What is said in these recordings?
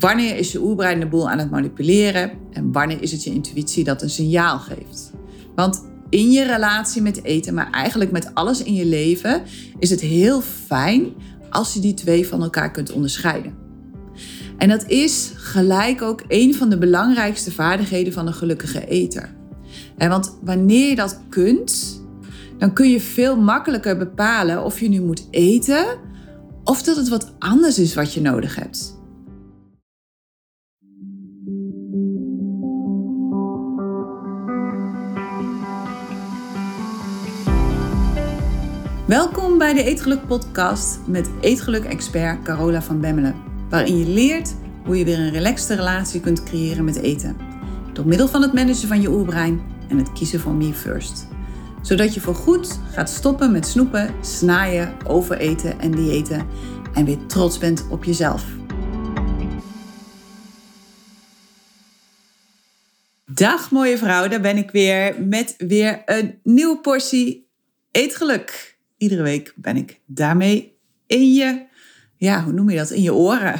Wanneer is je oerbrein de boel aan het manipuleren en wanneer is het je intuïtie dat een signaal geeft? Want in je relatie met eten, maar eigenlijk met alles in je leven, is het heel fijn als je die twee van elkaar kunt onderscheiden. En dat is gelijk ook een van de belangrijkste vaardigheden van een gelukkige eter. Want wanneer je dat kunt, dan kun je veel makkelijker bepalen of je nu moet eten of dat het wat anders is wat je nodig hebt. Welkom bij de Eetgeluk podcast met eetgeluk-expert Carola van Bemmelen. Waarin je leert hoe je weer een relaxte relatie kunt creëren met eten. Door middel van het managen van je oerbrein en het kiezen van me first. Zodat je voorgoed gaat stoppen met snoepen, snaaien, overeten en diëten. En weer trots bent op jezelf. Dag mooie vrouw, daar ben ik weer met weer een nieuwe portie eetgeluk. Iedere week ben ik daarmee in je, hoe noem je dat? In je oren.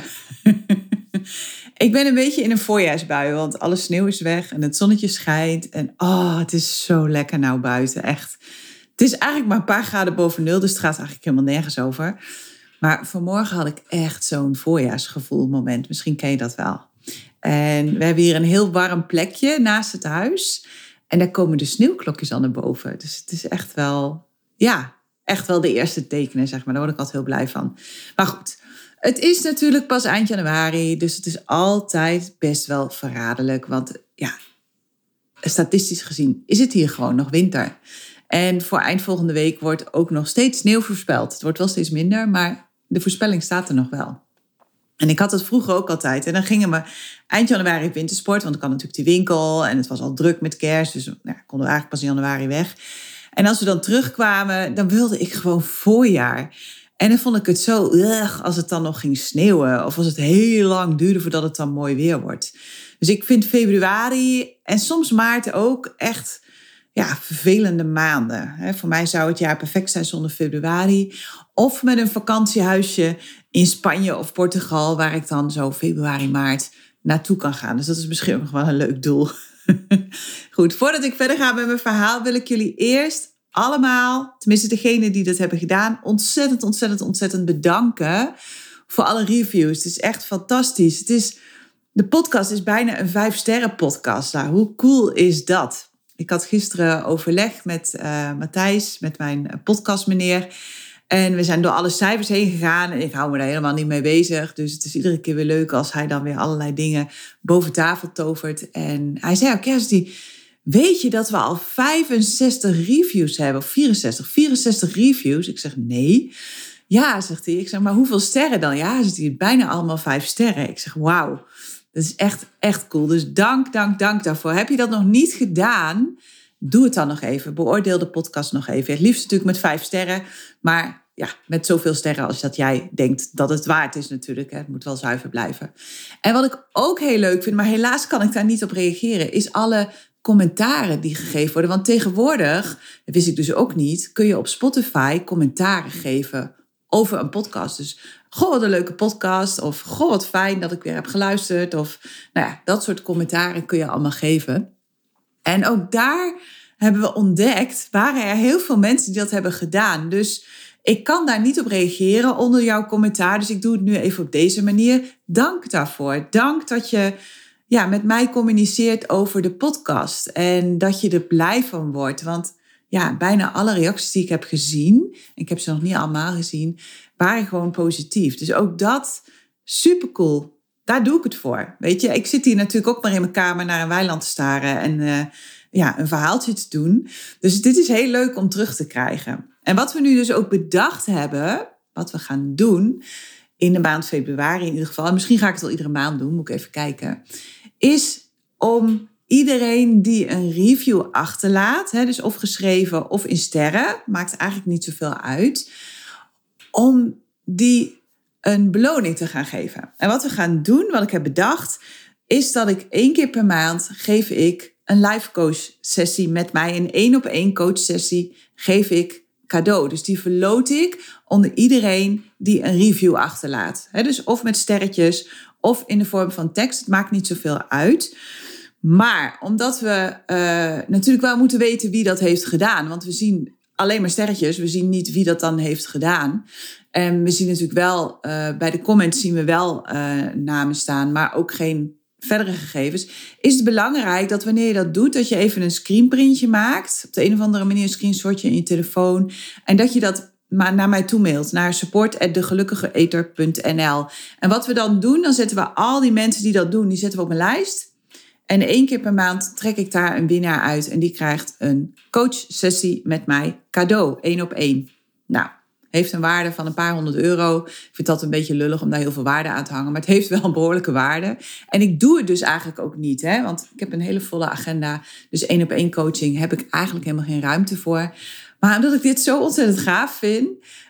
Ik ben een beetje in een voorjaarsbui, want alle sneeuw is weg en het zonnetje schijnt. En het is zo lekker nou buiten, echt. Het is eigenlijk maar een paar graden boven nul, dus het gaat eigenlijk helemaal nergens over. Maar vanmorgen had ik echt zo'n voorjaarsgevoel moment. Misschien ken je dat wel. En we hebben hier een heel warm plekje naast het huis. En daar komen de sneeuwklokjes al naar boven. Dus het is echt wel, echt wel de eerste tekenen, zeg maar. Daar word ik altijd heel blij van. Maar goed, het is natuurlijk pas eind januari. Dus het is altijd best wel verraderlijk. Want statistisch gezien is het hier gewoon nog winter. En voor eind volgende week wordt ook nog steeds sneeuw voorspeld. Het wordt wel steeds minder, maar de voorspelling staat er nog wel. En ik had het vroeger ook altijd. En dan gingen we eind januari wintersport. Want ik had natuurlijk die winkel. En het was al druk met kerst. Dus konden we eigenlijk pas in januari weg. En als we dan terugkwamen, dan wilde ik gewoon voorjaar. En dan vond ik het zo als het dan nog ging sneeuwen. Of als het heel lang duurde voordat het dan mooi weer wordt. Dus ik vind februari en soms maart ook echt vervelende maanden. Voor mij zou het jaar perfect zijn zonder februari. Of met een vakantiehuisje in Spanje of Portugal, waar ik dan zo februari, maart naartoe kan gaan. Dus dat is misschien ook nog wel een leuk doel. Goed, voordat ik verder ga met mijn verhaal, wil ik jullie eerst allemaal, tenminste degenen die dat hebben gedaan, ontzettend bedanken voor alle reviews. Het is echt fantastisch. De podcast is bijna een 5-sterren podcast. Nou, hoe cool is dat? Ik had gisteren overleg met Matthijs, met mijn podcastmeneer. En we zijn door alle cijfers heen gegaan. En ik hou me daar helemaal niet mee bezig. Dus het is iedere keer weer leuk als hij dan weer allerlei dingen boven tafel tovert. En hij zei ook, Kerstie, weet je dat we al 65 reviews hebben? Of 64 reviews? Ik zeg, nee. Ja, zegt hij. Ik zeg, maar hoeveel sterren dan? Ja, zegt hij, bijna allemaal 5 sterren. Ik zeg, wauw. Dat is echt cool. Dus dank daarvoor. Heb je dat nog niet gedaan? Doe het dan nog even. Beoordeel de podcast nog even. Het liefst natuurlijk met 5 sterren. Maar met zoveel sterren als dat jij denkt dat het waard is natuurlijk. Het moet wel zuiver blijven. En wat ik ook heel leuk vind, maar helaas kan ik daar niet op reageren, is alle commentaren die gegeven worden. Want tegenwoordig, dat wist ik dus ook niet, kun je op Spotify commentaren geven over een podcast. Dus, goh, wat een leuke podcast. Of, goh, wat fijn dat ik weer heb geluisterd. Of, dat soort commentaren kun je allemaal geven. En ook daar hebben we ontdekt, waren er heel veel mensen die dat hebben gedaan. Dus ik kan daar niet op reageren onder jouw commentaar. Dus ik doe het nu even op deze manier. Dank daarvoor. Dank dat je met mij communiceert over de podcast. En dat je er blij van wordt. Want bijna alle reacties die ik heb gezien, ik heb ze nog niet allemaal gezien, waren gewoon positief. Dus ook dat, supercool. Daar doe ik het voor. Weet je, ik zit hier natuurlijk ook maar in mijn kamer naar een weiland te staren en een verhaaltje te doen. Dus dit is heel leuk om terug te krijgen. En wat we nu dus ook bedacht hebben, wat we gaan doen in de maand februari in ieder geval, en misschien ga ik het wel iedere maand doen, moet ik even kijken, is om iedereen die een review achterlaat, dus of geschreven of in sterren, maakt eigenlijk niet zoveel uit, om die een beloning te gaan geven. En wat we gaan doen, wat ik heb bedacht, is dat ik 1 keer per maand geef ik een live coach sessie met mij. Een 1-op-1 coach sessie geef ik cadeau. Dus die verloot ik onder iedereen die een review achterlaat. Dus of met sterretjes of in de vorm van tekst. Het maakt niet zoveel uit. Maar omdat we natuurlijk wel moeten weten wie dat heeft gedaan. Want we zien alleen maar sterretjes. We zien niet wie dat dan heeft gedaan. En we zien natuurlijk wel, bij de comments zien we wel namen staan. Maar ook geen verdere gegevens. Is het belangrijk dat wanneer je dat doet, dat je even een screenprintje maakt. Op de een of andere manier een screenshotje in je telefoon. En dat je dat naar mij toemailt. Naar support@degelukkigeeter.nl. En wat we dan doen, dan zetten we al die mensen die dat doen, die zetten we op een lijst. En 1 keer per maand trek ik daar een winnaar uit. En die krijgt een coachsessie met mij cadeau. 1 op 1. Nou, heeft een waarde van een paar €100. Ik vind dat een beetje lullig om daar heel veel waarde aan te hangen. Maar het heeft wel een behoorlijke waarde. En ik doe het dus eigenlijk ook niet. Want ik heb een hele volle agenda. Dus 1 op 1 coaching heb ik eigenlijk helemaal geen ruimte voor. Maar omdat ik dit zo ontzettend gaaf vind.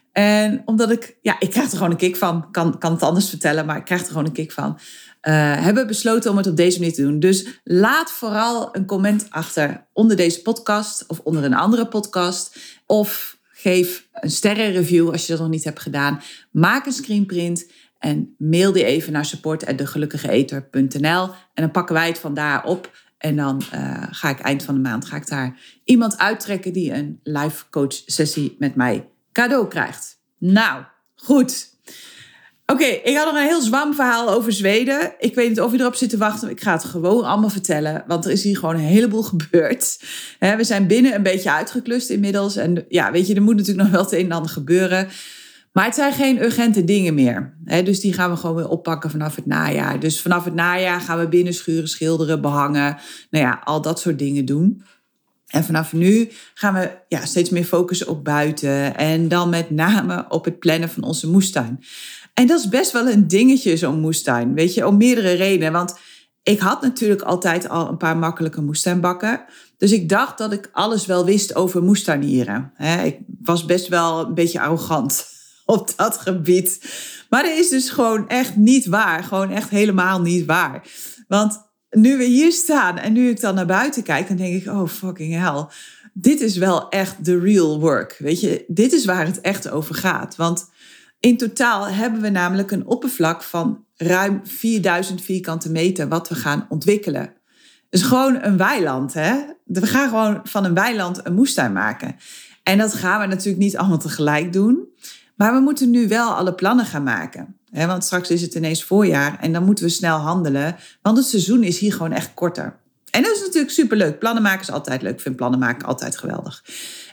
En omdat ik krijg er gewoon een kick van. Kan het anders vertellen, maar ik krijg er gewoon een kick van. Hebben besloten om het op deze manier te doen. Dus laat vooral een comment achter onder deze podcast of onder een andere podcast. Of geef een sterrenreview als je dat nog niet hebt gedaan. Maak een screenprint en mail die even naar support@degelukkigeeter.nl. En dan pakken wij het vandaar op. En dan ga ik eind van de maand daar iemand uittrekken die een live coach sessie met mij cadeau krijgt. Nou, goed. Oké, ik had nog een heel zwam verhaal over Zweden. Ik weet niet of je erop zit te wachten. Ik ga het gewoon allemaal vertellen. Want er is hier gewoon een heleboel gebeurd. We zijn binnen een beetje uitgeklust inmiddels. En er moet natuurlijk nog wel het een en ander gebeuren. Maar het zijn geen urgente dingen meer. Dus die gaan we gewoon weer oppakken vanaf het najaar. Dus vanaf het najaar gaan we binnen schuren, schilderen, behangen. Al dat soort dingen doen. En vanaf nu gaan we steeds meer focussen op buiten. En dan met name op het plannen van onze moestuin. En dat is best wel een dingetje, zo'n moestuin. Weet je, om meerdere redenen. Want ik had natuurlijk altijd al een paar makkelijke moestuinbakken. Dus ik dacht dat ik alles wel wist over moestuinieren. Ik was best wel een beetje arrogant op dat gebied. Maar dat is dus gewoon echt niet waar. Gewoon echt helemaal niet waar. Want nu we hier staan en nu ik dan naar buiten kijk, dan denk ik, oh fucking hell. Dit is wel echt the real work. Weet je, dit is waar het echt over gaat. Want in totaal hebben we namelijk een oppervlak van ruim 4000 vierkante meter wat we gaan ontwikkelen. Dus gewoon een weiland. We gaan gewoon van een weiland een moestuin maken. En dat gaan we natuurlijk niet allemaal tegelijk doen. Maar we moeten nu wel alle plannen gaan maken. Want straks is het ineens voorjaar en dan moeten we snel handelen. Want het seizoen is hier gewoon echt korter. En dat is natuurlijk superleuk. Plannen maken is altijd leuk. Ik vind plannen maken altijd geweldig.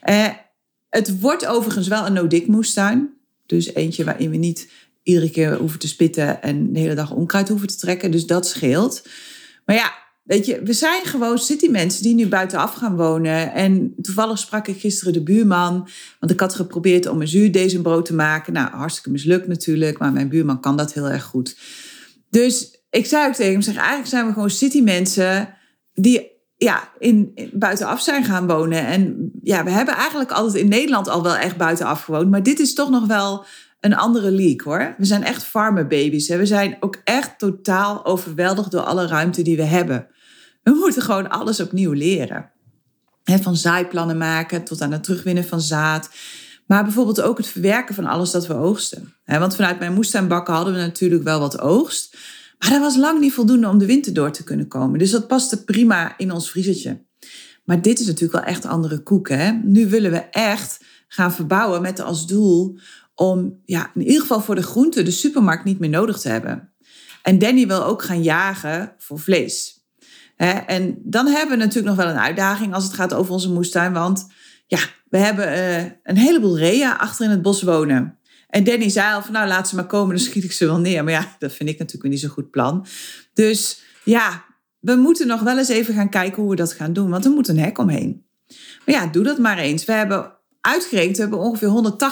Het wordt overigens wel een no-dik moestuin. Dus eentje waarin we niet iedere keer hoeven te spitten en de hele dag onkruid hoeven te trekken. Dus dat scheelt. Maar weet je, we zijn gewoon citymensen die nu buitenaf gaan wonen. En toevallig sprak ik gisteren de buurman. Want ik had geprobeerd om een zuurdesembrood te maken. Nou, hartstikke mislukt natuurlijk. Maar mijn buurman kan dat heel erg goed. Dus ik zei ook tegen hem, eigenlijk zijn we gewoon citymensen die in buitenaf zijn gaan wonen. En we hebben eigenlijk altijd in Nederland al wel echt buitenaf gewoond. Maar dit is toch nog wel een andere league, hoor. We zijn echt farmerbabies. We zijn ook echt totaal overweldigd door alle ruimte die we hebben. We moeten gewoon alles opnieuw leren. Van zaaiplannen maken tot aan het terugwinnen van zaad. Maar bijvoorbeeld ook het verwerken van alles dat we oogsten. Want vanuit mijn moestuinbakken hadden we natuurlijk wel wat oogst. Maar dat was lang niet voldoende om de winter door te kunnen komen. Dus dat paste prima in ons vriezertje. Maar dit is natuurlijk wel echt andere koek. Nu willen we echt gaan verbouwen met als doel om in ieder geval voor de groenten de supermarkt niet meer nodig te hebben. En Danny wil ook gaan jagen voor vlees. En dan hebben we natuurlijk nog wel een uitdaging als het gaat over onze moestuin. Want we hebben een heleboel reeën achter in het bos wonen. En Danny zei al van laat ze maar komen, dan schiet ik ze wel neer. Maar dat vind ik natuurlijk weer niet zo'n goed plan. Dus we moeten nog wel eens even gaan kijken hoe we dat gaan doen. Want er moet een hek omheen. Maar doe dat maar eens. We hebben uitgerekend, we hebben ongeveer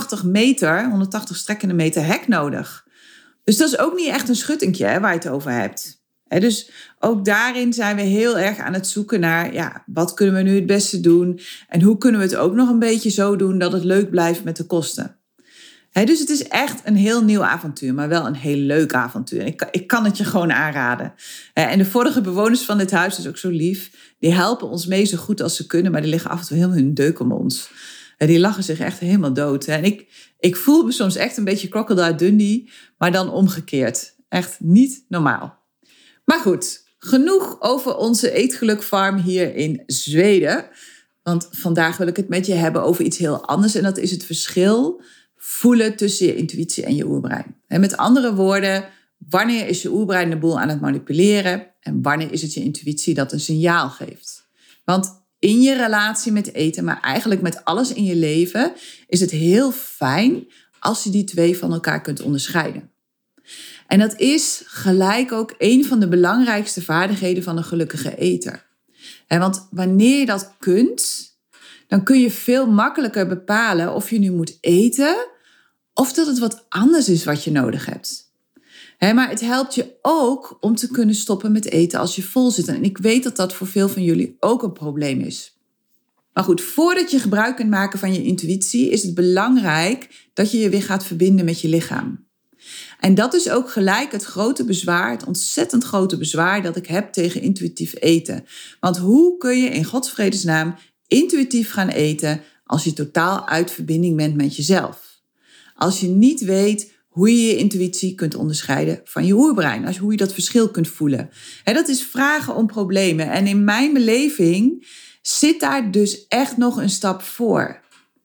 180 strekkende meter hek nodig. Dus dat is ook niet echt een schuttingje waar je het over hebt. Dus ook daarin zijn we heel erg aan het zoeken naar wat kunnen we nu het beste doen. En hoe kunnen we het ook nog een beetje zo doen dat het leuk blijft met de kosten. Dus het is echt een heel nieuw avontuur, maar wel een heel leuk avontuur. Ik kan het je gewoon aanraden. En de vorige bewoners van dit huis, dat is ook zo lief, die helpen ons mee zo goed als ze kunnen, maar die liggen af en toe helemaal hun deuk om ons. Die lachen zich echt helemaal dood. En ik voel me soms echt een beetje Crocodile Dundee, maar dan omgekeerd. Echt niet normaal. Maar goed, genoeg over onze Eetgelukfarm hier in Zweden. Want vandaag wil ik het met je hebben over iets heel anders. En dat is het verschil voelen tussen je intuïtie en je oerbrein. En met andere woorden, wanneer is je oerbrein de boel aan het manipuleren? En wanneer is het je intuïtie dat een signaal geeft? Want in je relatie met eten, maar eigenlijk met alles in je leven, is het heel fijn als je die twee van elkaar kunt onderscheiden. En dat is gelijk ook een van de belangrijkste vaardigheden van een gelukkige eter. Want wanneer je dat kunt, dan kun je veel makkelijker bepalen of je nu moet eten of dat het wat anders is wat je nodig hebt. Maar het helpt je ook om te kunnen stoppen met eten als je vol zit. En ik weet dat dat voor veel van jullie ook een probleem is. Maar goed, voordat je gebruik kunt maken van je intuïtie, is het belangrijk dat je je weer gaat verbinden met je lichaam. En dat is ook gelijk het grote bezwaar, het ontzettend grote bezwaar dat ik heb tegen intuïtief eten. Want hoe kun je in Gods vredesnaam intuïtief gaan eten als je totaal uit verbinding bent met jezelf? Als je niet weet hoe je je intuïtie kunt onderscheiden van je oerbrein. Hoe je dat verschil kunt voelen. Dat is vragen om problemen. En in mijn beleving zit daar dus echt nog een stap voor.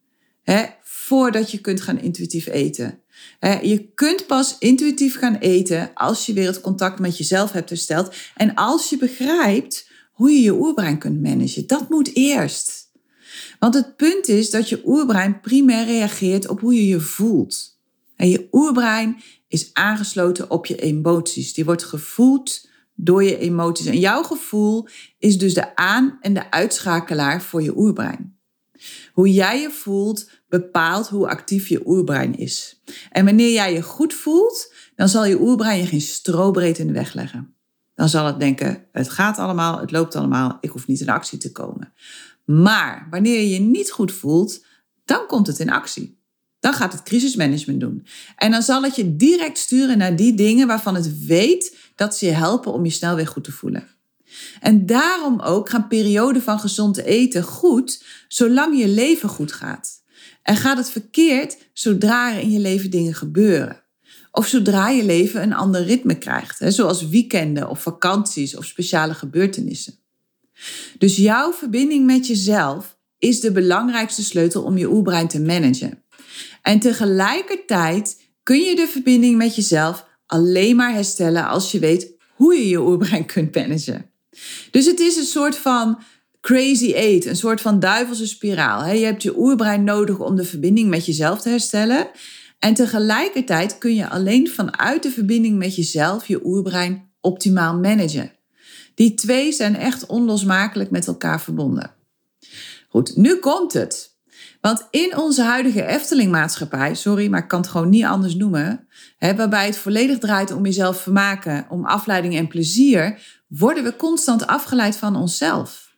Voordat je kunt gaan intuïtief eten. Je kunt pas intuïtief gaan eten als je weer het contact met jezelf hebt hersteld. En als je begrijpt hoe je je oerbrein kunt managen. Dat moet eerst. Want het punt is dat je oerbrein primair reageert op hoe je je voelt. En je oerbrein is aangesloten op je emoties. Die wordt gevoed door je emoties. En jouw gevoel is dus de aan- en de uitschakelaar voor je oerbrein. Hoe jij je voelt bepaalt hoe actief je oerbrein is. En wanneer jij je goed voelt, dan zal je oerbrein je geen strobreed in de weg leggen. Dan zal het denken, het gaat allemaal, het loopt allemaal, ik hoef niet in actie te komen. Maar wanneer je je niet goed voelt, dan komt het in actie. Dan gaat het crisismanagement doen. En dan zal het je direct sturen naar die dingen waarvan het weet dat ze je helpen om je snel weer goed te voelen. En daarom ook gaan perioden van gezond eten goed, zolang je leven goed gaat. En gaat het verkeerd zodra er in je leven dingen gebeuren. Of zodra je leven een ander ritme krijgt, zoals weekenden of vakanties of speciale gebeurtenissen. Dus jouw verbinding met jezelf is de belangrijkste sleutel om je oerbrein te managen. En tegelijkertijd kun je de verbinding met jezelf alleen maar herstellen als je weet hoe je je oerbrein kunt managen. Dus het is een soort van crazy eight, een soort van duivelse spiraal. Je hebt je oerbrein nodig om de verbinding met jezelf te herstellen. En tegelijkertijd kun je alleen vanuit de verbinding met jezelf je oerbrein optimaal managen. Die twee zijn echt onlosmakelijk met elkaar verbonden. Goed, nu komt het. Want in onze huidige Efteling-maatschappij, sorry, maar ik kan het gewoon niet anders noemen, waarbij het volledig draait om jezelf vermaken, om afleiding en plezier, worden we constant afgeleid van onszelf.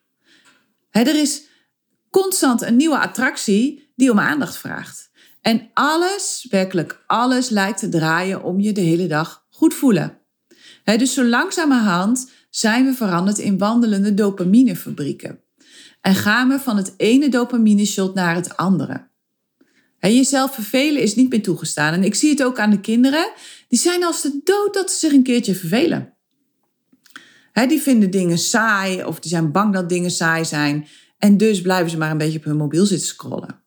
Er is constant een nieuwe attractie die om aandacht vraagt. En alles, werkelijk alles, lijkt te draaien om je de hele dag goed voelen. Dus zo langzamerhand zijn we veranderd in wandelende dopaminefabrieken. En gaan we van het ene dopamine-shot naar het andere. Jezelf vervelen is niet meer toegestaan. En ik zie het ook aan de kinderen. Die zijn als de dood dat ze zich een keertje vervelen. Die vinden dingen saai of die zijn bang dat dingen saai zijn. En dus blijven ze maar een beetje op hun mobiel zitten scrollen.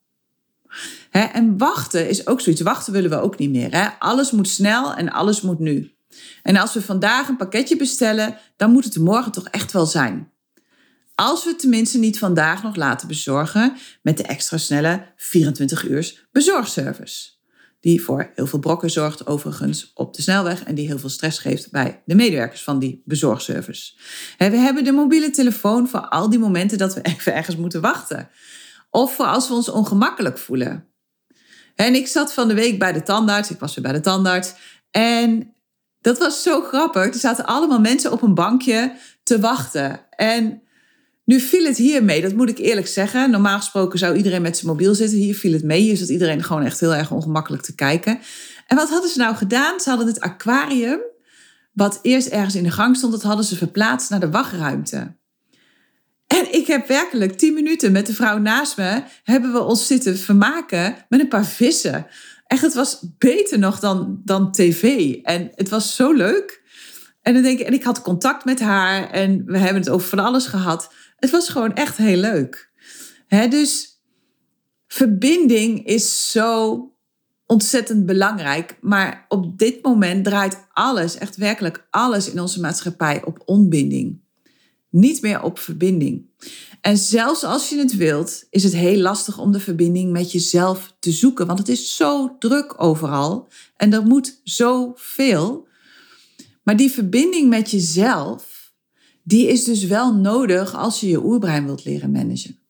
En wachten is ook zoiets. Wachten willen we ook niet meer. Alles moet snel en alles moet nu. En als we vandaag een pakketje bestellen, dan moet het er morgen toch echt wel zijn. Als we het tenminste niet vandaag nog laten bezorgen met de extra snelle 24 uur bezorgservice. Die voor heel veel brokken zorgt overigens op de snelweg en die heel veel stress geeft bij de medewerkers van die bezorgservice. We hebben de mobiele telefoon voor al die momenten dat we even ergens moeten wachten. Of voor als we ons ongemakkelijk voelen. En ik zat van de week bij de tandarts, ik was weer bij de tandarts en dat was zo grappig. Er zaten allemaal mensen op een bankje te wachten. En nu viel het hier mee, dat moet ik eerlijk zeggen. Normaal gesproken zou iedereen met zijn mobiel zitten. Hier viel het mee. Hier zat iedereen gewoon echt heel erg ongemakkelijk te kijken. En wat hadden ze nou gedaan? Ze hadden het aquarium, wat eerst ergens in de gang stond, dat hadden ze verplaatst naar de wachtruimte. En ik heb werkelijk 10 minuten met de vrouw naast me, hebben we ons zitten vermaken met een paar vissen. Echt, het was beter nog dan tv. En het was zo leuk. En ik had contact met haar en we hebben het over van alles gehad. Het was gewoon echt heel leuk. Dus verbinding is zo ontzettend belangrijk. Maar op dit moment draait alles, echt werkelijk alles in onze maatschappij op ontbinding. Niet meer op verbinding. En zelfs als je het wilt, is het heel lastig om de verbinding met jezelf te zoeken. Want het is zo druk overal en er moet zoveel. Maar die verbinding met jezelf, die is dus wel nodig als je je oerbrein wilt leren managen.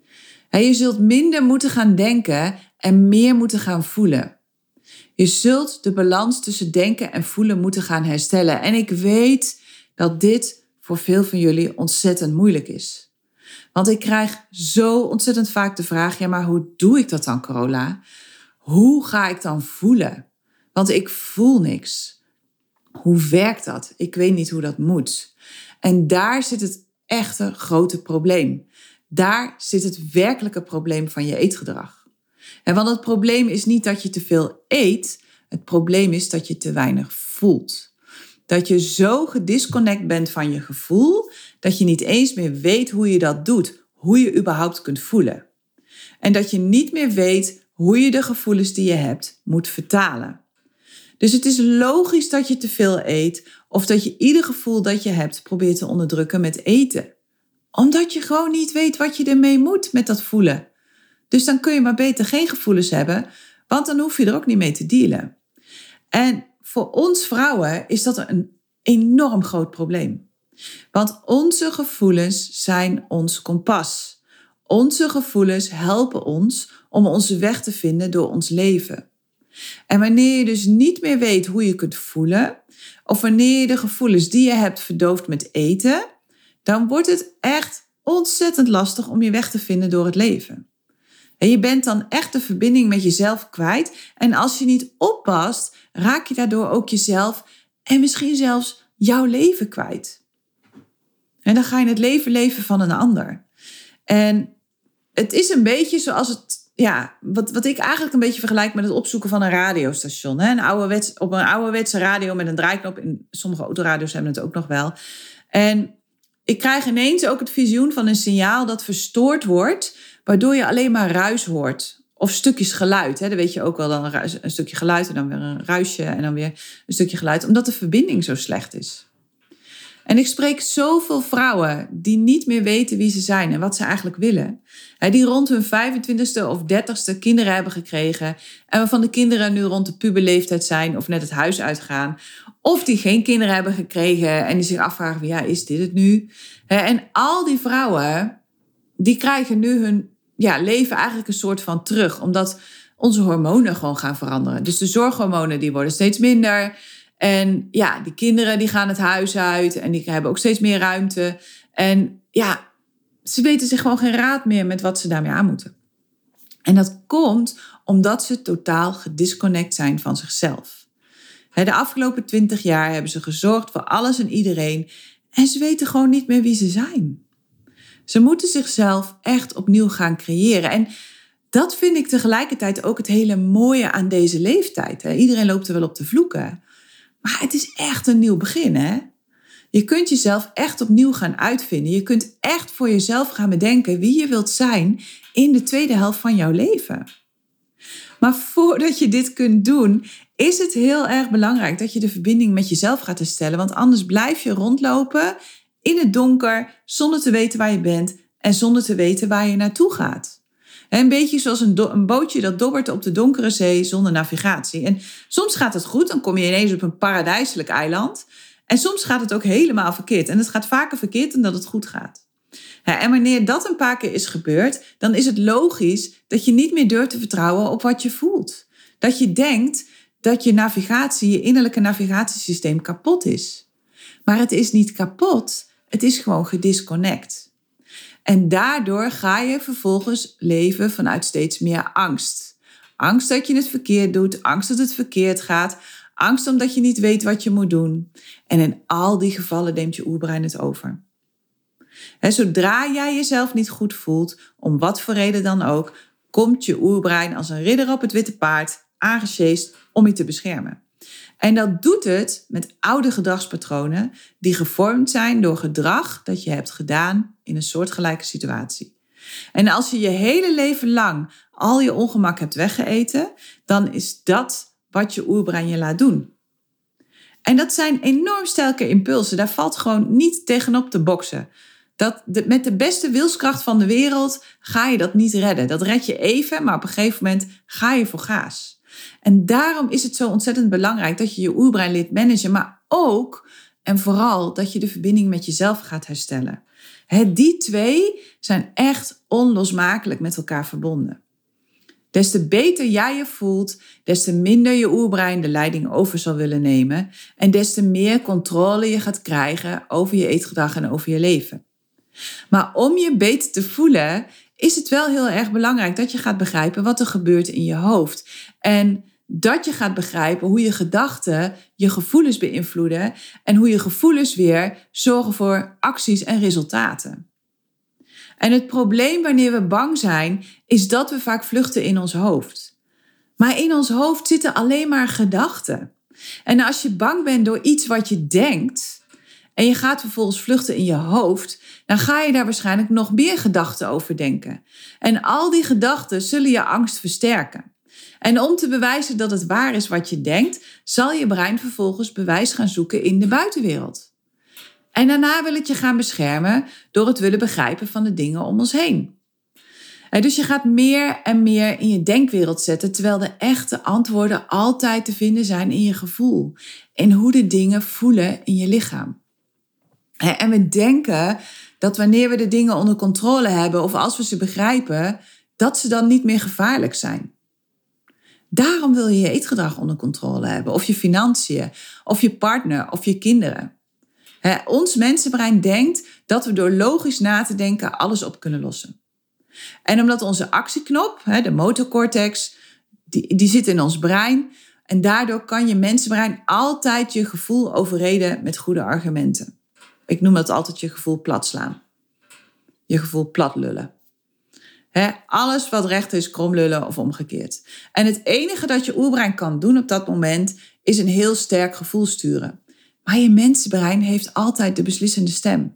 Je zult minder moeten gaan denken en meer moeten gaan voelen. Je zult de balans tussen denken en voelen moeten gaan herstellen. En ik weet dat dit voor veel van jullie ontzettend moeilijk is. Want ik krijg zo ontzettend vaak de vraag, ja, maar hoe doe ik dat dan, Carola? Hoe ga ik dan voelen? Want ik voel niks. Hoe werkt dat? Ik weet niet hoe dat moet. En daar zit het echte grote probleem. Daar zit het werkelijke probleem van je eetgedrag. Want het probleem is niet dat je te veel eet. Het probleem is dat je te weinig voelt. Dat je zo gedisconnect bent van je gevoel, dat je niet eens meer weet hoe je dat doet. Hoe je überhaupt kunt voelen. En dat je niet meer weet hoe je de gevoelens die je hebt moet vertalen. Dus het is logisch dat je te veel eet of dat je ieder gevoel dat je hebt probeert te onderdrukken met eten. Omdat je gewoon niet weet wat je ermee moet met dat voelen. Dus dan kun je maar beter geen gevoelens hebben, want dan hoef je er ook niet mee te dealen. En voor ons vrouwen is dat een enorm groot probleem. Want onze gevoelens zijn ons kompas. Onze gevoelens helpen ons om onze weg te vinden door ons leven. En wanneer je dus niet meer weet hoe je kunt voelen, of wanneer je de gevoelens die je hebt verdooft met eten, dan wordt het echt ontzettend lastig om je weg te vinden door het leven. En je bent dan echt de verbinding met jezelf kwijt. En als je niet oppast, raak je daardoor ook jezelf en misschien zelfs jouw leven kwijt. En dan ga je het leven leven van een ander. En het is een beetje zoals wat ik eigenlijk een beetje vergelijk met het opzoeken van een radiostation. Op een ouderwetse radio met een draaiknop. In sommige autoradio's hebben het ook nog wel. En ik krijg ineens ook het visioen van een signaal dat verstoord wordt, waardoor je alleen maar ruis hoort. Of stukjes geluid. Dan weet je ook wel, dan een stukje geluid en dan weer een ruisje en dan weer een stukje geluid. Omdat de verbinding zo slecht is. En ik spreek zoveel vrouwen die niet meer weten wie ze zijn en wat ze eigenlijk willen. Die rond hun 25ste of 30ste kinderen hebben gekregen. En waarvan de kinderen nu rond de puberleeftijd zijn of net het huis uitgaan. Of die geen kinderen hebben gekregen en die zich afvragen, ja, is dit het nu? En al die vrouwen, die krijgen nu hun leven eigenlijk een soort van terug. Omdat onze hormonen gewoon gaan veranderen. Dus de zorghormonen die worden steeds minder. En ja, die kinderen die gaan het huis uit en die hebben ook steeds meer ruimte. En ja, ze weten zich gewoon geen raad meer met wat ze daarmee aan moeten. En dat komt omdat ze totaal gedisconnect zijn van zichzelf. De afgelopen 20 jaar hebben ze gezorgd voor alles en iedereen. En ze weten gewoon niet meer wie ze zijn. Ze moeten zichzelf echt opnieuw gaan creëren. En dat vind ik tegelijkertijd ook het hele mooie aan deze leeftijd. Iedereen loopt er wel op te vloeken. Maar het is echt een nieuw begin, hè? Je kunt jezelf echt opnieuw gaan uitvinden. Je kunt echt voor jezelf gaan bedenken wie je wilt zijn in de tweede helft van jouw leven. Maar voordat je dit kunt doen, is het heel erg belangrijk dat je de verbinding met jezelf gaat herstellen. Want anders blijf je rondlopen in het donker, zonder te weten waar je bent en zonder te weten waar je naartoe gaat. Een beetje zoals een bootje dat dobbert op de donkere zee zonder navigatie. En soms gaat het goed, dan kom je ineens op een paradijselijk eiland. En soms gaat het ook helemaal verkeerd. En het gaat vaker verkeerd dan dat het goed gaat. En wanneer dat een paar keer is gebeurd, dan is het logisch dat je niet meer durft te vertrouwen op wat je voelt. Dat je denkt dat je navigatie, je innerlijke navigatiesysteem kapot is. Maar het is niet kapot, het is gewoon gedisconnect. En daardoor ga je vervolgens leven vanuit steeds meer angst. Angst dat je het verkeerd doet, angst dat het verkeerd gaat, angst omdat je niet weet wat je moet doen. En in al die gevallen neemt je oerbrein het over. Zodra jij jezelf niet goed voelt, om wat voor reden dan ook, komt je oerbrein als een ridder op het witte paard aangesjeest om je te beschermen. En dat doet het met oude gedragspatronen die gevormd zijn door gedrag dat je hebt gedaan in een soortgelijke situatie. En als je je hele leven lang al je ongemak hebt weggeeten, dan is dat wat je oerbrein je laat doen. En dat zijn enorm sterke impulsen. Daar valt gewoon niet tegenop te boksen. Met de beste wilskracht van de wereld ga je dat niet redden. Dat red je even, maar op een gegeven moment ga je voor gaas. En daarom is het zo ontzettend belangrijk dat je je oerbrein leert managen, maar ook en vooral dat je de verbinding met jezelf gaat herstellen. Die twee zijn echt onlosmakelijk met elkaar verbonden. Des te beter jij je voelt, des te minder je oerbrein de leiding over zal willen nemen en des te meer controle je gaat krijgen over je eetgedrag en over je leven. Maar om je beter te voelen, is het wel heel erg belangrijk dat je gaat begrijpen wat er gebeurt in je hoofd. En dat je gaat begrijpen hoe je gedachten je gevoelens beïnvloeden en hoe je gevoelens weer zorgen voor acties en resultaten. En het probleem wanneer we bang zijn, is dat we vaak vluchten in ons hoofd. Maar in ons hoofd zitten alleen maar gedachten. En als je bang bent door iets wat je denkt en je gaat vervolgens vluchten in je hoofd, dan ga je daar waarschijnlijk nog meer gedachten over denken. En al die gedachten zullen je angst versterken. En om te bewijzen dat het waar is wat je denkt, zal je brein vervolgens bewijs gaan zoeken in de buitenwereld. En daarna wil het je gaan beschermen door het willen begrijpen van de dingen om ons heen. Dus je gaat meer en meer in je denkwereld zetten, terwijl de echte antwoorden altijd te vinden zijn in je gevoel. In hoe de dingen voelen in je lichaam. En we denken dat wanneer we de dingen onder controle hebben of als we ze begrijpen, dat ze dan niet meer gevaarlijk zijn. Daarom wil je je eetgedrag onder controle hebben, of je financiën, of je partner, of je kinderen. Ons mensenbrein denkt dat we door logisch na te denken alles op kunnen lossen. En omdat onze actieknop, de motorcortex, die zit in ons brein. En daardoor kan je mensenbrein altijd je gevoel overreden met goede argumenten. Ik noem dat altijd je gevoel plat slaan. Je gevoel plat lullen. Alles wat recht is, kromlullen of omgekeerd. En het enige dat je oerbrein kan doen op dat moment is een heel sterk gevoel sturen. Maar je mensenbrein heeft altijd de beslissende stem.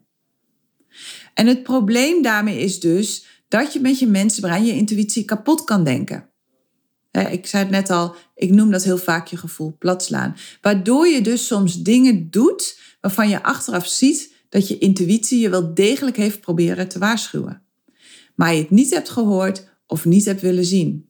En het probleem daarmee is dus dat je met je mensenbrein je intuïtie kapot kan denken. Ik zei het net al, ik noem dat heel vaak je gevoel platslaan. Waardoor je dus soms dingen doet waarvan je achteraf ziet dat je intuïtie je wel degelijk heeft proberen te waarschuwen. Maar je het niet hebt gehoord of niet hebt willen zien.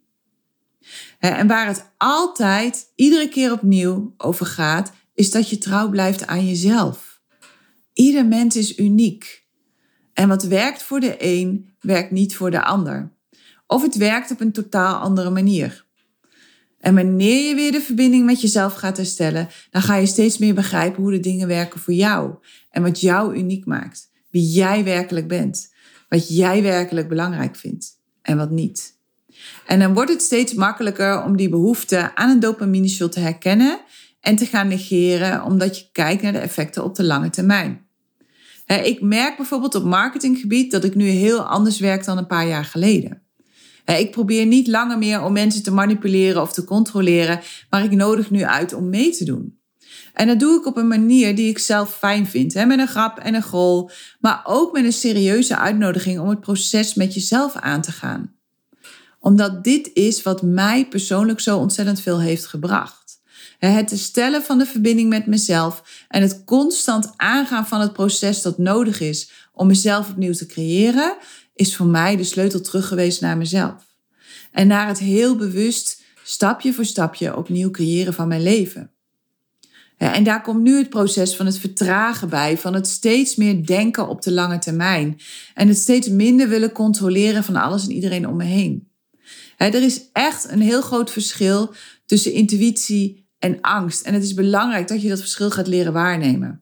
En waar het altijd, iedere keer opnieuw over gaat, is dat je trouw blijft aan jezelf. Ieder mens is uniek. En wat werkt voor de een, werkt niet voor de ander. Of het werkt op een totaal andere manier. En wanneer je weer de verbinding met jezelf gaat herstellen, dan ga je steeds meer begrijpen hoe de dingen werken voor jou. En wat jou uniek maakt. Wie jij werkelijk bent. Wat jij werkelijk belangrijk vindt. En wat niet. En dan wordt het steeds makkelijker om die behoefte aan een dopamine-shot te herkennen en te gaan negeren, omdat je kijkt naar de effecten op de lange termijn. Ik merk bijvoorbeeld op marketinggebied dat ik nu heel anders werk dan een paar jaar geleden. Ik probeer niet langer meer om mensen te manipuleren of te controleren, maar ik nodig nu uit om mee te doen. En dat doe ik op een manier die ik zelf fijn vind, met een grap en een gol, maar ook met een serieuze uitnodiging om het proces met jezelf aan te gaan. Omdat dit is wat mij persoonlijk zo ontzettend veel heeft gebracht. Het herstellen van de verbinding met mezelf en het constant aangaan van het proces dat nodig is om mezelf opnieuw te creëren, is voor mij de sleutel terug geweest naar mezelf. En naar het heel bewust, stapje voor stapje opnieuw creëren van mijn leven. En daar komt nu het proces van het vertragen bij, van het steeds meer denken op de lange termijn. En het steeds minder willen controleren van alles en iedereen om me heen. Er is echt een heel groot verschil tussen intuïtie en angst. En het is belangrijk dat je dat verschil gaat leren waarnemen.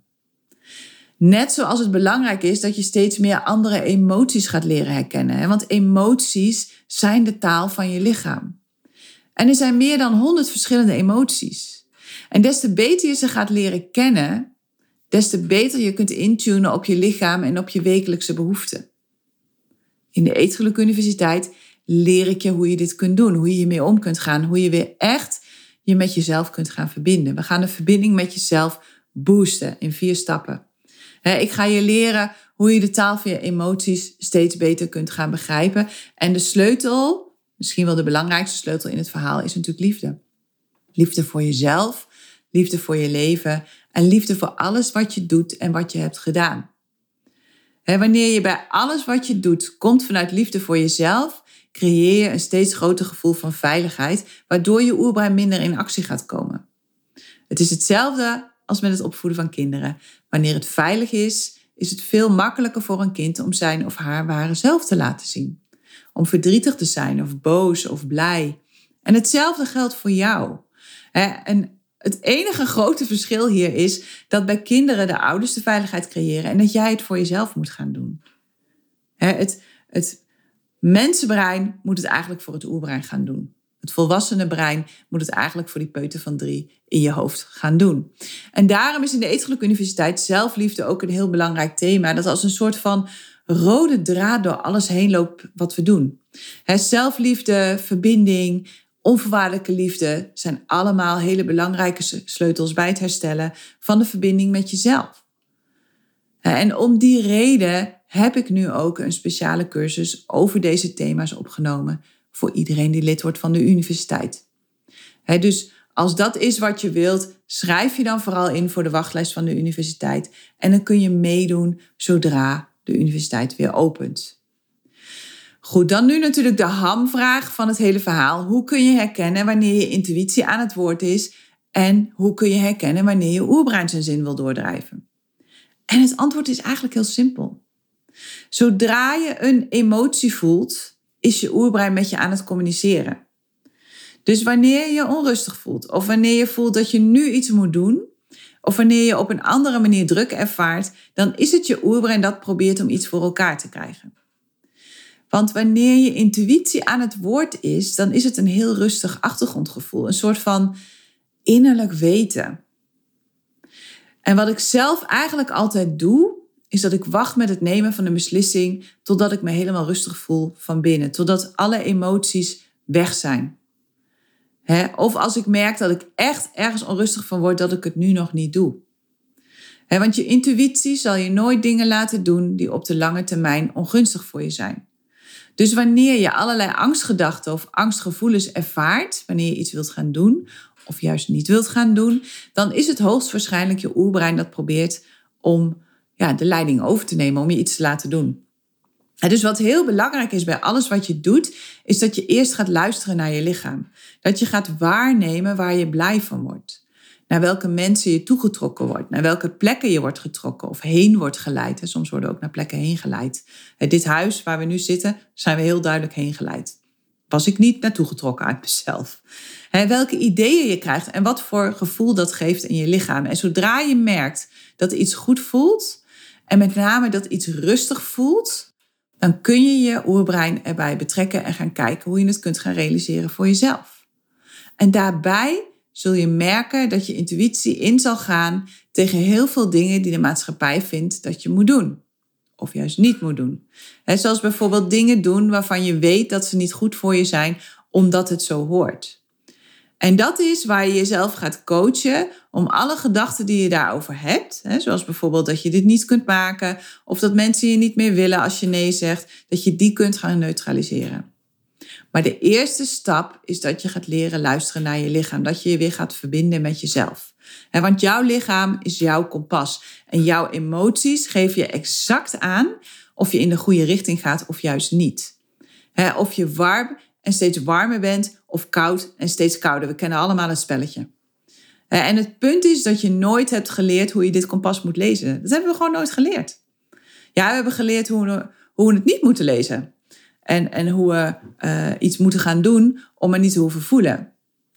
Net zoals het belangrijk is dat je steeds meer andere emoties gaat leren herkennen. Want emoties zijn de taal van je lichaam. En er zijn meer dan 100 verschillende emoties. En des te beter je ze gaat leren kennen, des te beter je kunt intunen op je lichaam en op je wekelijkse behoeften. In de Eetgeluk Universiteit leer ik je hoe je dit kunt doen, hoe je hiermee om kunt gaan, hoe je weer echt je met jezelf kunt gaan verbinden. We gaan de verbinding met jezelf boosten in 4 stappen. Ik ga je leren hoe je de taal van je emoties steeds beter kunt gaan begrijpen. En de sleutel, misschien wel de belangrijkste sleutel in het verhaal, is natuurlijk liefde. Liefde voor jezelf, liefde voor je leven en liefde voor alles wat je doet en wat je hebt gedaan. Wanneer je bij alles wat je doet komt vanuit liefde voor jezelf, creëer je een steeds groter gevoel van veiligheid, waardoor je oerbrein minder in actie gaat komen. Het is hetzelfde als met het opvoeden van kinderen. Wanneer het veilig is, is het veel makkelijker voor een kind om zijn of haar ware zelf te laten zien. Om verdrietig te zijn of boos of blij. En hetzelfde geldt voor jou. En het enige grote verschil hier is dat bij kinderen de ouders de veiligheid creëren en dat jij het voor jezelf moet gaan doen. Het mensenbrein moet het eigenlijk voor het oerbrein gaan doen. Het volwassene brein moet het eigenlijk voor die peuter van 3 in je hoofd gaan doen. En daarom is in de Eetgeluk Universiteit zelfliefde ook een heel belangrijk thema. Dat als een soort van rode draad door alles heen loopt wat we doen. Zelfliefde, verbinding, onvoorwaardelijke liefde zijn allemaal hele belangrijke sleutels bij het herstellen van de verbinding met jezelf. En om die reden heb ik nu ook een speciale cursus over deze thema's opgenomen voor iedereen die lid wordt van de universiteit. Dus als dat is wat je wilt, schrijf je dan vooral in voor de wachtlijst van de universiteit. En dan kun je meedoen zodra de universiteit weer opent. Goed, dan nu natuurlijk de hamvraag van het hele verhaal. Hoe kun je herkennen wanneer je intuïtie aan het woord is? En hoe kun je herkennen wanneer je oerbrein zijn zin wil doordrijven? En het antwoord is eigenlijk heel simpel. Zodra je een emotie voelt, is je oerbrein met je aan het communiceren. Dus wanneer je je onrustig voelt, of wanneer je voelt dat je nu iets moet doen, of wanneer je op een andere manier druk ervaart, dan is het je oerbrein dat probeert om iets voor elkaar te krijgen. Want wanneer je intuïtie aan het woord is, dan is het een heel rustig achtergrondgevoel. Een soort van innerlijk weten. En wat ik zelf eigenlijk altijd doe, is dat ik wacht met het nemen van een beslissing totdat ik me helemaal rustig voel van binnen. Totdat alle emoties weg zijn. Of als ik merk dat ik echt ergens onrustig van word, dat ik het nu nog niet doe. Want je intuïtie zal je nooit dingen laten doen die op de lange termijn ongunstig voor je zijn. Dus wanneer je allerlei angstgedachten of angstgevoelens ervaart, wanneer je iets wilt gaan doen of juist niet wilt gaan doen, dan is het hoogstwaarschijnlijk je oerbrein dat probeert om de leiding over te nemen, om je iets te laten doen. Dus wat heel belangrijk is bij alles wat je doet, is dat je eerst gaat luisteren naar je lichaam. Dat je gaat waarnemen waar je blij van wordt. Naar welke mensen je toegetrokken wordt. Naar welke plekken je wordt getrokken of heen wordt geleid. Soms worden we ook naar plekken heen geleid. Dit huis waar we nu zitten, zijn we heel duidelijk heen geleid. Was ik niet naartoe getrokken uit mezelf. Welke ideeën je krijgt en wat voor gevoel dat geeft in je lichaam. En zodra je merkt dat iets goed voelt en met name dat iets rustig voelt, dan kun je je oerbrein erbij betrekken en gaan kijken hoe je het kunt gaan realiseren voor jezelf. En daarbij zul je merken dat je intuïtie in zal gaan tegen heel veel dingen die de maatschappij vindt dat je moet doen. Of juist niet moet doen. Zoals bijvoorbeeld dingen doen waarvan je weet dat ze niet goed voor je zijn, omdat het zo hoort. En dat is waar je jezelf gaat coachen om alle gedachten die je daarover hebt, zoals bijvoorbeeld dat je dit niet kunt maken of dat mensen je niet meer willen als je nee zegt, dat je die kunt gaan neutraliseren. Maar de eerste stap is dat je gaat leren luisteren naar je lichaam, dat je je weer gaat verbinden met jezelf. Want jouw lichaam is jouw kompas en jouw emoties geven je exact aan of je in de goede richting gaat of juist niet. Of je warm en steeds warmer bent of koud en steeds kouder. We kennen allemaal het spelletje. En het punt is dat je nooit hebt geleerd hoe je dit kompas moet lezen. Dat hebben we gewoon nooit geleerd. Ja, we hebben geleerd hoe we het niet moeten lezen. En hoe we iets moeten gaan doen om het niet te hoeven voelen.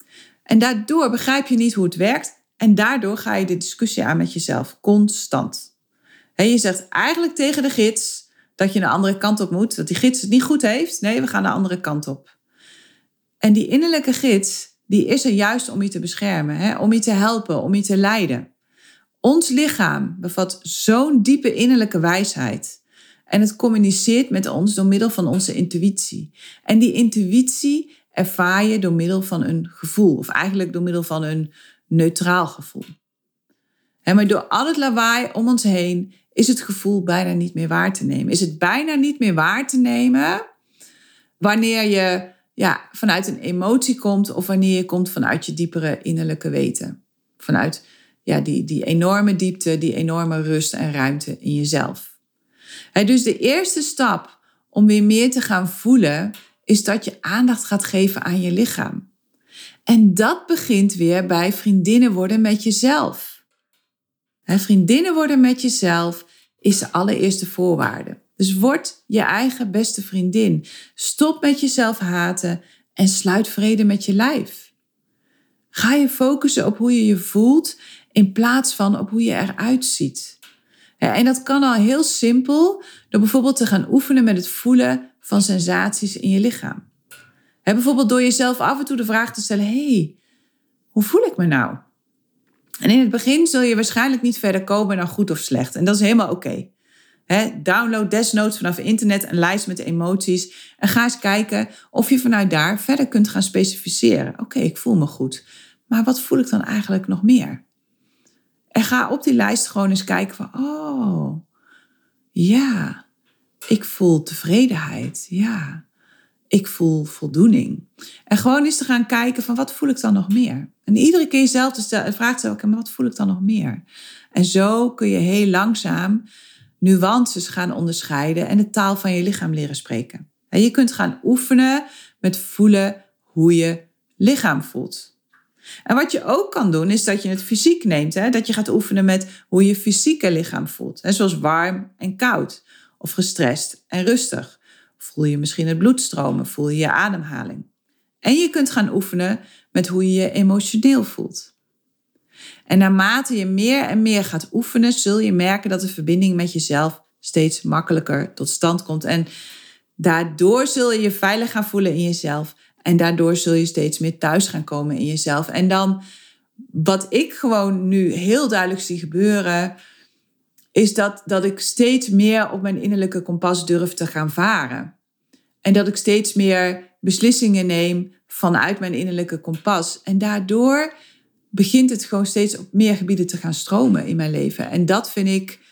En daardoor begrijp je niet hoe het werkt. En daardoor ga je de discussie aan met jezelf. Constant. Je zegt eigenlijk tegen de gids dat je een andere kant op moet. Dat die gids het niet goed heeft. Nee, we gaan de andere kant op. En die innerlijke gids, die is er juist om je te beschermen. Om je te helpen, om je te leiden. Ons lichaam bevat zo'n diepe innerlijke wijsheid. En het communiceert met ons door middel van onze intuïtie. En die intuïtie ervaar je door middel van een gevoel. Of eigenlijk door middel van een neutraal gevoel. Maar door al het lawaai om ons heen is het gevoel bijna niet meer waar te nemen. Is het bijna niet meer waar te nemen wanneer je vanuit een emotie komt of wanneer je komt vanuit je diepere innerlijke weten. Vanuit die enorme diepte, die enorme rust en ruimte in jezelf. Dus de eerste stap om weer meer te gaan voelen is dat je aandacht gaat geven aan je lichaam. En dat begint weer bij vriendinnen worden met jezelf. Vriendinnen worden met jezelf is de allereerste voorwaarde. Dus word je eigen beste vriendin. Stop met jezelf haten en sluit vrede met je lijf. Ga je focussen op hoe je je voelt in plaats van op hoe je eruit ziet. En dat kan al heel simpel door bijvoorbeeld te gaan oefenen met het voelen van sensaties in je lichaam. Bijvoorbeeld door jezelf af en toe de vraag te stellen: hey, hoe voel ik me nou? En in het begin zul je waarschijnlijk niet verder komen dan goed of slecht. En dat is helemaal oké. Download desnoods vanaf internet een lijst met emoties. En ga eens kijken of je vanuit daar verder kunt gaan specificeren. Oké, ik voel me goed. Maar wat voel ik dan eigenlijk nog meer? En ga op die lijst gewoon eens kijken van: oh, ja, ik voel tevredenheid. Ja, ik voel voldoening. En gewoon eens te gaan kijken van: wat voel ik dan nog meer? En iedere keer jezelf de vraag te stellen: maar wat voel ik dan nog meer? En zo kun je heel langzaam nuances gaan onderscheiden en de taal van je lichaam leren spreken. En je kunt gaan oefenen met voelen hoe je lichaam voelt. En wat je ook kan doen is dat je het fysiek neemt. Dat je gaat oefenen met hoe je fysieke lichaam voelt. Zoals warm en koud. Of gestrest en rustig. Voel je misschien het bloed stromen? Voel je je ademhaling? En je kunt gaan oefenen met hoe je je emotioneel voelt. En naarmate je meer en meer gaat oefenen, zul je merken dat de verbinding met jezelf steeds makkelijker tot stand komt. En daardoor zul je je veilig gaan voelen in jezelf. En daardoor zul je steeds meer thuis gaan komen in jezelf. En dan, wat ik gewoon nu heel duidelijk zie gebeuren, is dat ik steeds meer op mijn innerlijke kompas durf te gaan varen. En dat ik steeds meer beslissingen neem vanuit mijn innerlijke kompas. En daardoor begint het gewoon steeds op meer gebieden te gaan stromen in mijn leven. En dat vind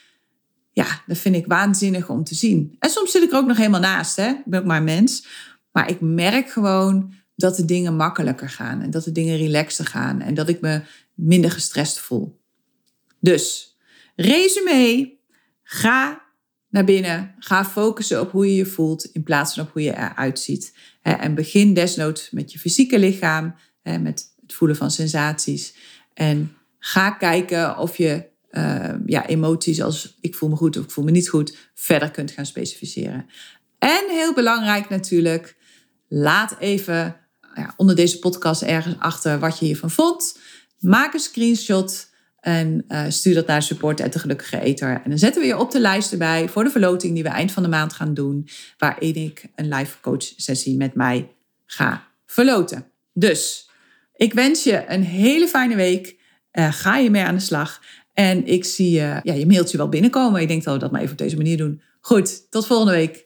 ik waanzinnig om te zien. En soms zit ik er ook nog helemaal naast. Ik ben ook maar een mens. Maar ik merk gewoon dat de dingen makkelijker gaan. En dat de dingen relaxter gaan. En dat ik me minder gestrest voel. Dus, resume. Ga naar binnen. Ga focussen op hoe je je voelt in plaats van op hoe je eruit ziet. En begin desnoods met je fysieke lichaam. Met het voelen van sensaties. En ga kijken of je emoties als ik voel me goed of ik voel me niet goed verder kunt gaan specificeren. En heel belangrijk natuurlijk, laat even onder deze podcast ergens achter wat je hiervan vond. Maak een screenshot en stuur dat naar support@degelukkigeeter. En dan zetten we je op de lijst erbij voor de verloting die we eind van de maand gaan doen. Waarin ik een live coach sessie met mij ga verloten. Dus ik wens je een hele fijne week. Ga je mee aan de slag. En ik zie je mailtje wel binnenkomen. Ik denk dat we dat maar even op deze manier doen. Goed, tot volgende week.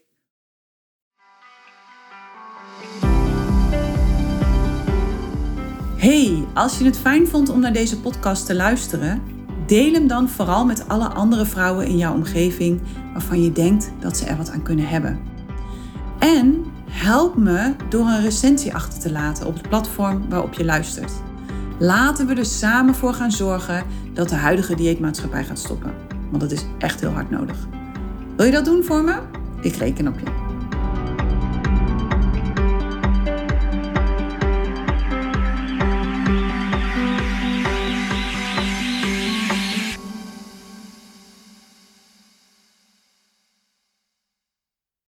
Hey, als je het fijn vond om naar deze podcast te luisteren, deel hem dan vooral met alle andere vrouwen in jouw omgeving waarvan je denkt dat ze er wat aan kunnen hebben. En help me door een recensie achter te laten op het platform waarop je luistert. Laten we er samen voor gaan zorgen dat de huidige dieetmaatschappij gaat stoppen. Want dat is echt heel hard nodig. Wil je dat doen voor me? Ik reken op je.